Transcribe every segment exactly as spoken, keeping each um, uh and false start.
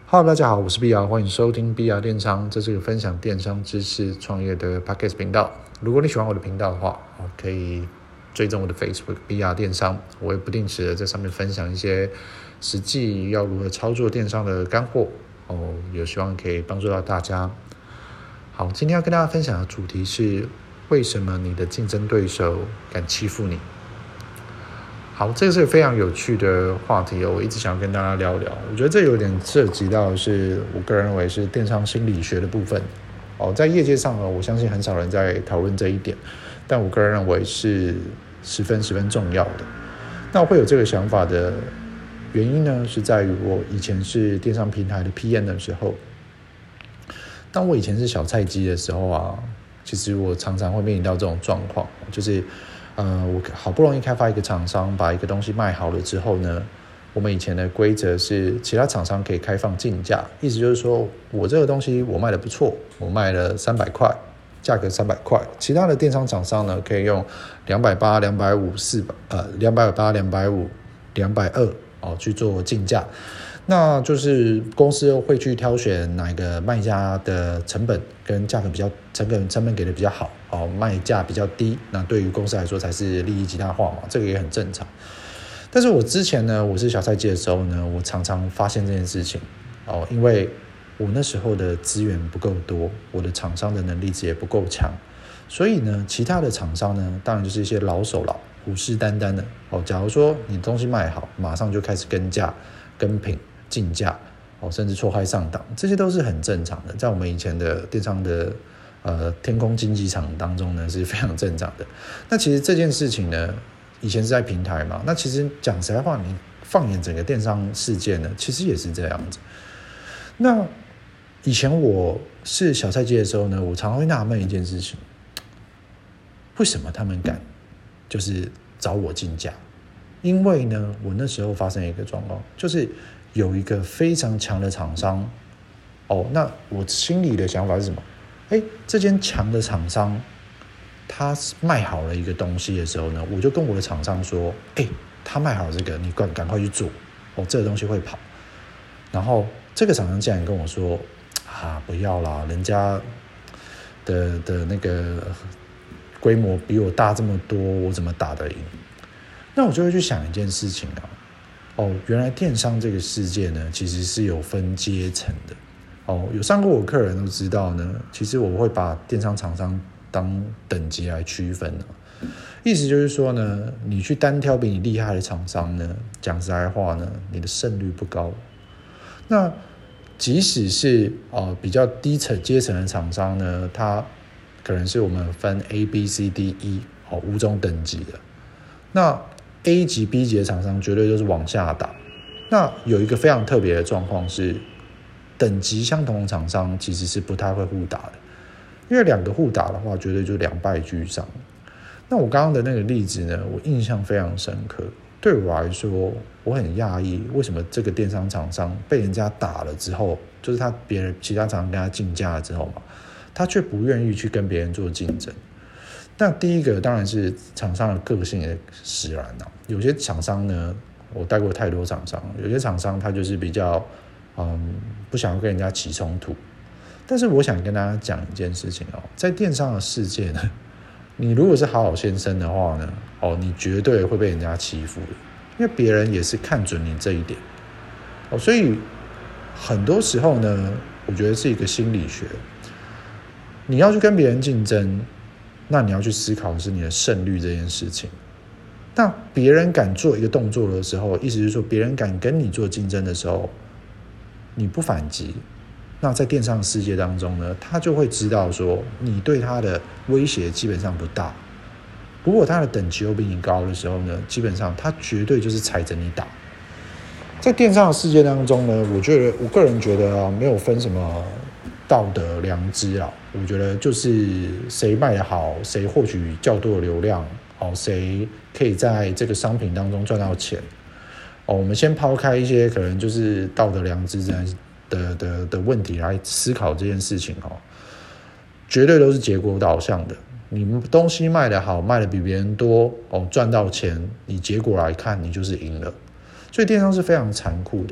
Hello， 大家好，我是 B R， 欢迎收听 B R 电商，这是个分享电商知识创业的 Podcast 频道。如果你喜欢我的频道的话，可以追踪我的 Facebook B R 电商，我会不定时的在上面分享一些实际要如何操作电商的干货哦，有希望可以帮助到大家。好，今天要跟大家分享的主题是为什么你的竞争对手敢欺负你。好，这个是非常有趣的话题哦，我一直想要跟大家聊聊。我觉得这有点涉及到是我个人认为是电商心理学的部分哦，在业界上呢，我相信很少人在讨论这一点，但我个人认为是十分十分重要的。那我会有这个想法的原因呢，是在于我以前是电商平台的 P M 的时候，当我以前是小菜鸡的时候啊，其实我常常会面临到这种状况，就是呃，我好不容易开发一个厂商，把一个东西卖好了之后呢，我们以前的规则是其他厂商可以开放竞价，意思就是说我这个东西我卖的不错，我卖了三百块，价格三百块，其他的电商厂商呢可以用两百八、两百五、四百呃两百八、两百五、两百二哦去做竞价。那就是公司会去挑选哪一个卖家的成本跟价格比较成本成本给的比较好，哦，卖价比较低，那对于公司来说才是利益极大化嘛，这个也很正常。但是我之前呢，我是小菜鸡的时候呢，我常常发现这件事情哦，因为我那时候的资源不够多，我的厂商的能力值也不够强，所以呢，其他的厂商呢，当然就是一些老手了，虎视眈眈的哦。假如说你东西卖好，马上就开始跟价、跟品。竞价哦，甚至错开上档，这些都是很正常的，在我们以前的电商的呃天空竞技场当中呢是非常正常的。那其实这件事情呢，以前是在平台嘛，那其实讲实在话，你放眼整个电商世界呢，其实也是这样子。那以前我是小菜鸡的时候呢，我常常会纳闷一件事情，为什么他们敢就是找我竞价？因为呢，我那时候发生一个状况，就是有一个非常强的厂商，哦，那我心里的想法是什么？哎，这间强的厂商，他卖好了一个东西的时候呢，我就跟我的厂商说，哎，他卖好这个，你赶赶快去做，哦，这个东西会跑。然后这个厂商竟然跟我说，啊，不要啦，人家的的那个规模比我大这么多，我怎么打得赢？那我就会去想一件事情啊，哦，原来电商这个世界呢，其实是有分阶层的。哦，有上过我客人都知道呢，其实我会把电商厂商当等级来区分啊。意思就是说呢，你去单挑比你厉害的厂商呢，讲实在话呢，你的胜率不高。那即使是呃比较低层阶层的厂商呢，它可能是我们分 A、B、C、D、E 哦五种等级的。那A 级、B 级的厂商绝对都是往下打。那有一个非常特别的状况是，等级相同的厂商其实是不太会互打的，因为两个互打的话，绝对就两败俱伤。那我刚刚的那个例子呢，我印象非常深刻。对我来说，我很讶异，为什么这个电商厂商被人家打了之后，就是他别人其他厂商跟他竞价了之后嘛，他却不愿意去跟别人做竞争。那第一个当然是厂商的个性的使然啊，有些厂商呢，我带过太多厂商，有些厂商他就是比较，嗯，不想要跟人家起冲突。但是我想跟大家讲一件事情哦，在电商的世界呢，你如果是好好先生的话呢，哦，你绝对会被人家欺负的，因为别人也是看准你这一点，哦，所以很多时候呢，我觉得是一个心理学，你要去跟别人竞争。那你要去思考的是你的胜率这件事情。那别人敢做一个动作的时候，意思是说别人敢跟你做竞争的时候，你不反击，那在电商世界当中呢，他就会知道说你对他的威胁基本上不大。如果他的等级又比你高的时候呢，基本上他绝对就是踩着你打。在电商的世界当中呢，我觉得我个人觉得啊，没有分什么道德良知啊，我觉得就是谁卖得好，谁获取较多的流量，哦，谁可以在这个商品当中赚到钱，哦，我们先抛开一些可能就是道德良知的的的的问题来思考这件事情哦，绝对都是结果导向的。你们东西卖得好，卖得比别人多，哦，赚到钱，你结果来看，你就是赢了。所以电商是非常残酷的哦。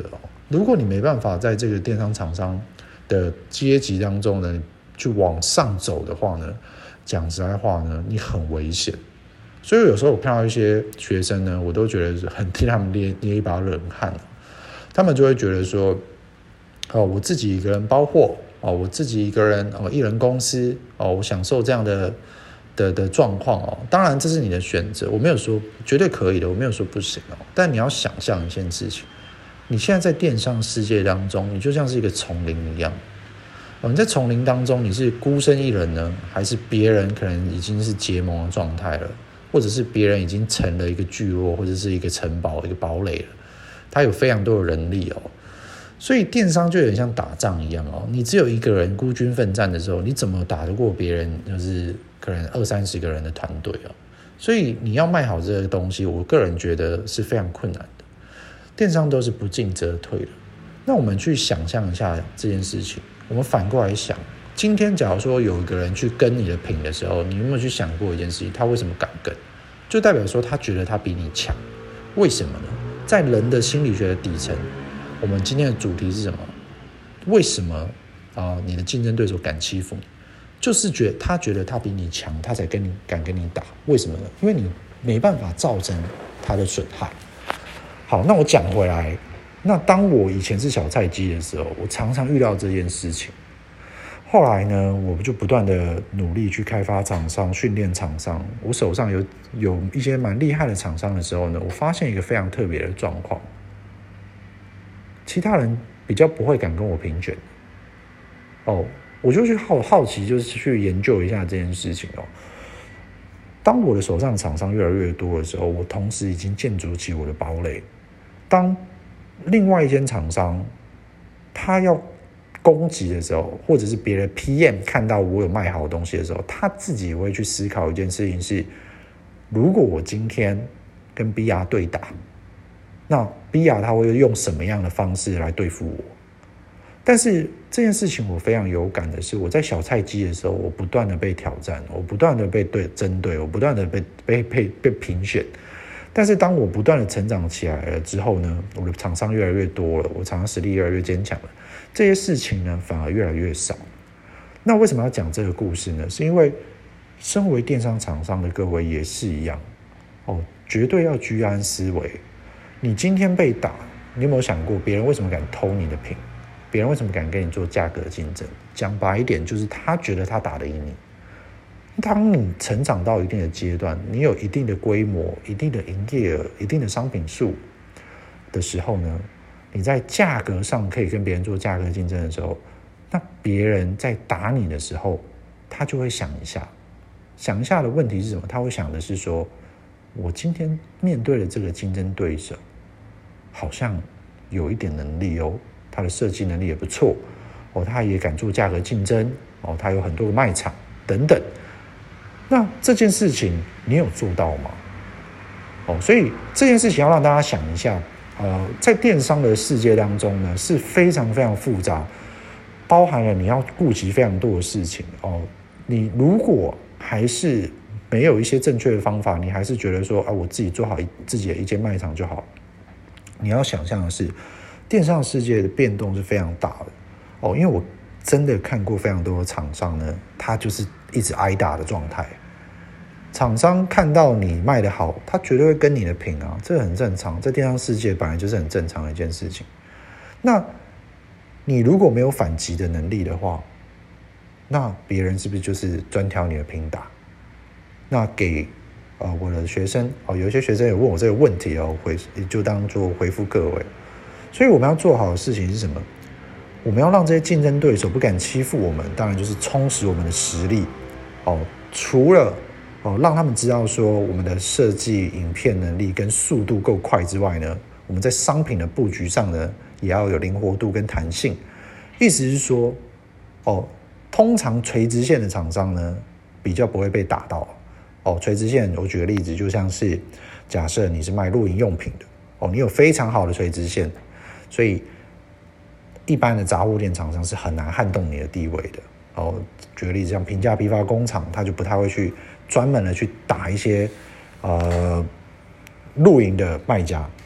如果你没办法在这个电商厂商的阶级当中呢去往上走的话呢，讲实在话呢，你很危险。所以有时候我看到一些学生呢，我都觉得很替他们捏捏一把冷汗。他们就会觉得说，哦，我自己一个人包货，哦，我自己一个人哦，一人公司哦，我享受这样的的的状况哦。当然这是你的选择，我没有说绝对可以的，我没有说不行哦。但你要想象一件事情，你现在在电商世界当中，你就像是一个丛林一样。哦，你在丛林当中，你是孤身一人呢，还是别人可能已经是结盟的状态了？或者是别人已经成了一个聚落，或者是一个城堡、一个堡垒了，他有非常多的人力哦，所以电商就有点像打仗一样哦。你只有一个人孤军奋战的时候，你怎么打得过别人？就是可能二三十个人的团队哦。所以你要卖好这个东西，我个人觉得是非常困难的。电商都是不进则退的。那我们去想象一下这件事情，我们反过来想。今天假如说有一个人去跟你的品的时候，你有没有去想过一件事情？他为什么敢跟？就代表说他觉得他比你强。为什么呢？在人的心理学的底层，我们今天的主题是什么？为什么啊、呃？你的竞争对手敢欺负你？就是觉得他觉得他比你强，他才跟你敢跟你打。为什么呢？因为你没办法造成他的损害。好，那我讲回来，那当我以前是小菜鸡的时候，我常常遇到这件事情。后来呢，我就不断的努力去开发厂商、训练厂商。我手上有有一些蛮厉害的厂商的时候呢，我发现一个非常特别的状况：其他人比较不会敢跟我评选。哦，我就去好好奇，就是去研究一下这件事情哦。当我的手上厂商越来越多的时候，我同时已经建筑起我的堡垒。当另外一间厂商他要攻击的时候，或者是别的 P M 看到我有卖好的东西的时候，他自己也会去思考一件事情是：如果我今天跟 B R 对打，那 B R 他会用什么样的方式来对付我？但是这件事情我非常有感的是，我在小菜鸡的时候，我不断的被挑战，我不断的被对针对，我不断的被被被被评选。但是当我不断的成长起来了之后呢，我的厂商越来越多了，我厂商实力越来越坚强了，这些事情呢反而越来越少。那为什么要讲这个故事呢？是因为身为电商厂商的各位也是一样哦，绝对要居安思危。你今天被打，你有没有想过别人为什么敢偷你的品？别人为什么敢跟你做价格竞争？讲白一点，就是他觉得他打得赢你。当你成长到一定的阶段，你有一定的规模、一定的营业额、一定的商品数的时候呢，你在价格上可以跟别人做价格竞争的时候，那别人在打你的时候，他就会想一下，想一下的问题是什么？他会想的是说，我今天面对的这个竞争对手，好像有一点能力哦，他的设计能力也不错哦，他也敢做价格竞争哦，他有很多的卖场等等。那这件事情你有做到吗？哦，所以这件事情要让大家想一下，呃，在电商的世界当中呢，是非常非常复杂，包含了你要顾及非常多的事情哦。你如果还是没有一些正确的方法，你还是觉得说啊，我自己做好自己的一间卖场就好。你要想象的是，电商世界的变动是非常大的哦，因为我真的看过非常多的厂商呢，他就是一直挨打的状态。厂商看到你卖得好，他绝对会跟你的拼啊，这很正常，在电商世界本来就是很正常的一件事情。那你如果没有反击的能力的话，那别人是不是就是专挑你的拼打？那给呃我的学生哦，有一些学生有问我这个问题哦，回就当做回复各位。所以我们要做好的事情是什么？我们要让这些竞争对手不敢欺负我们，当然就是充实我们的实力哦。除了哦让他们知道说我们的设计、影片能力跟速度够快之外呢，我们在商品的布局上呢，也要有灵活度跟弹性。意思是说，哦，通常垂直线的厂商呢，比较不会被打到。哦，垂直线，我举个例子，就像是假设你是卖露营用品的，哦，你有非常好的垂直线，所以一般的杂货店厂商是很难撼动你的地位的。哦，举个例子，像平价批发工厂，他就不太会去专门的去打一些呃露营的卖家。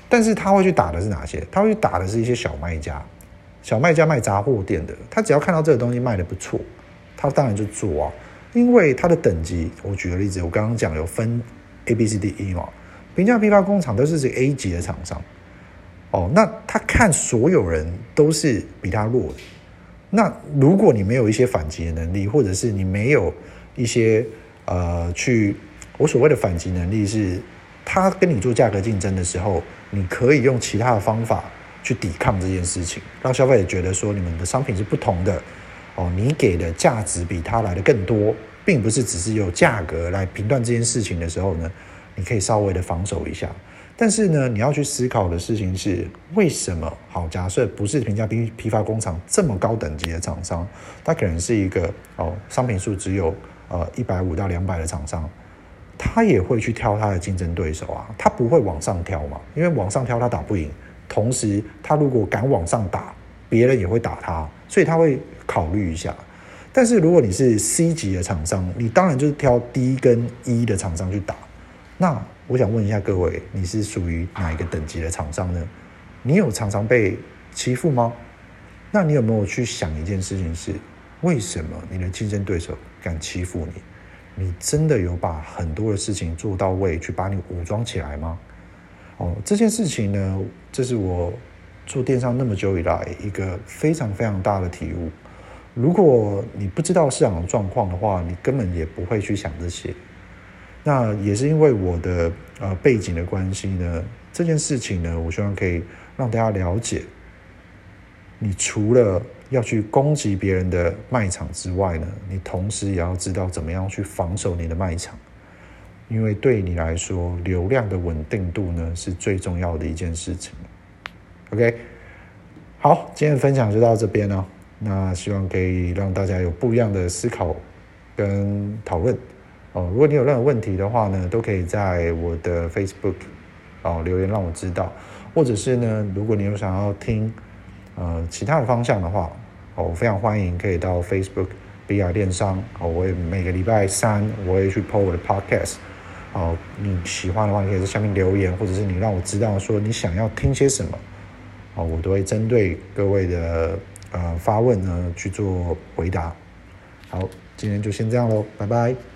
但是他会去打的是哪些？他会去打的是一些小卖家，小卖家卖杂货店的，他只要看到这个东西卖的不错，他当然就做啊。因为它的等级，我举个例子，我刚刚讲有分 A、B、C、D、E 嘛，平价批发工厂都是这个 A 级的厂商，哦，那他看所有人都是比他弱的，那如果你没有一些反击的能力，或者是你没有一些呃去，我所谓的反击能力是，他跟你做价格竞争的时候，你可以用其他的方法去抵抗这件事情，让消费者觉得说你们的商品是不同的。哦，你给的价值比他来的更多，并不是只是有价格来评断这件事情的时候呢，你可以稍微的防守一下。但是呢，你要去思考的事情是，为什么？好，假设不是平价批批发工厂这么高等级的厂商，它可能是一个哦商品数只有呃一百五到两百的厂商，他也会去挑他的竞争对手啊，他不会往上挑嘛，因为往上挑他打不赢，同时他如果敢往上打，别人也会打他，所以他会考虑一下。但是如果你是 C 级的厂商，你当然就是挑 D 跟 E 的厂商去打。那我想问一下各位，你是属于哪一个等级的厂商呢？你有常常被欺负吗？那你有没有去想一件事情是，为什么你的竞争对手敢欺负你？你真的有把很多的事情做到位，去把你武装起来吗？哦，这件事情呢，这是我做电商那么久以来一个非常非常大的体悟。如果你不知道市场的状况的话，你根本也不会去想这些。那也是因为我的呃背景的关系呢，这件事情呢，我希望可以让大家了解，你除了要去攻击别人的卖场之外呢，你同时也要知道怎么样去防守你的卖场，因为对你来说，流量的稳定度呢是最重要的一件事情。OK， 好，今天的分享就到这边了。那希望可以让大家有不一样的思考跟讨论。哦，如果你有任何问题的话呢，都可以在我的 Facebook 哦留言让我知道，或者是呢，如果你有想要听呃其他的方向的话，哦，我非常欢迎可以到 Facebook B R 电商哦，我也每个礼拜三我会去 po 我的 Podcast 哦，你喜欢的话，你可以在下面留言，或者是你让我知道说你想要听些什么哦，我都会针对各位的呃发问呢去做回答。好，今天就先这样咯，拜拜。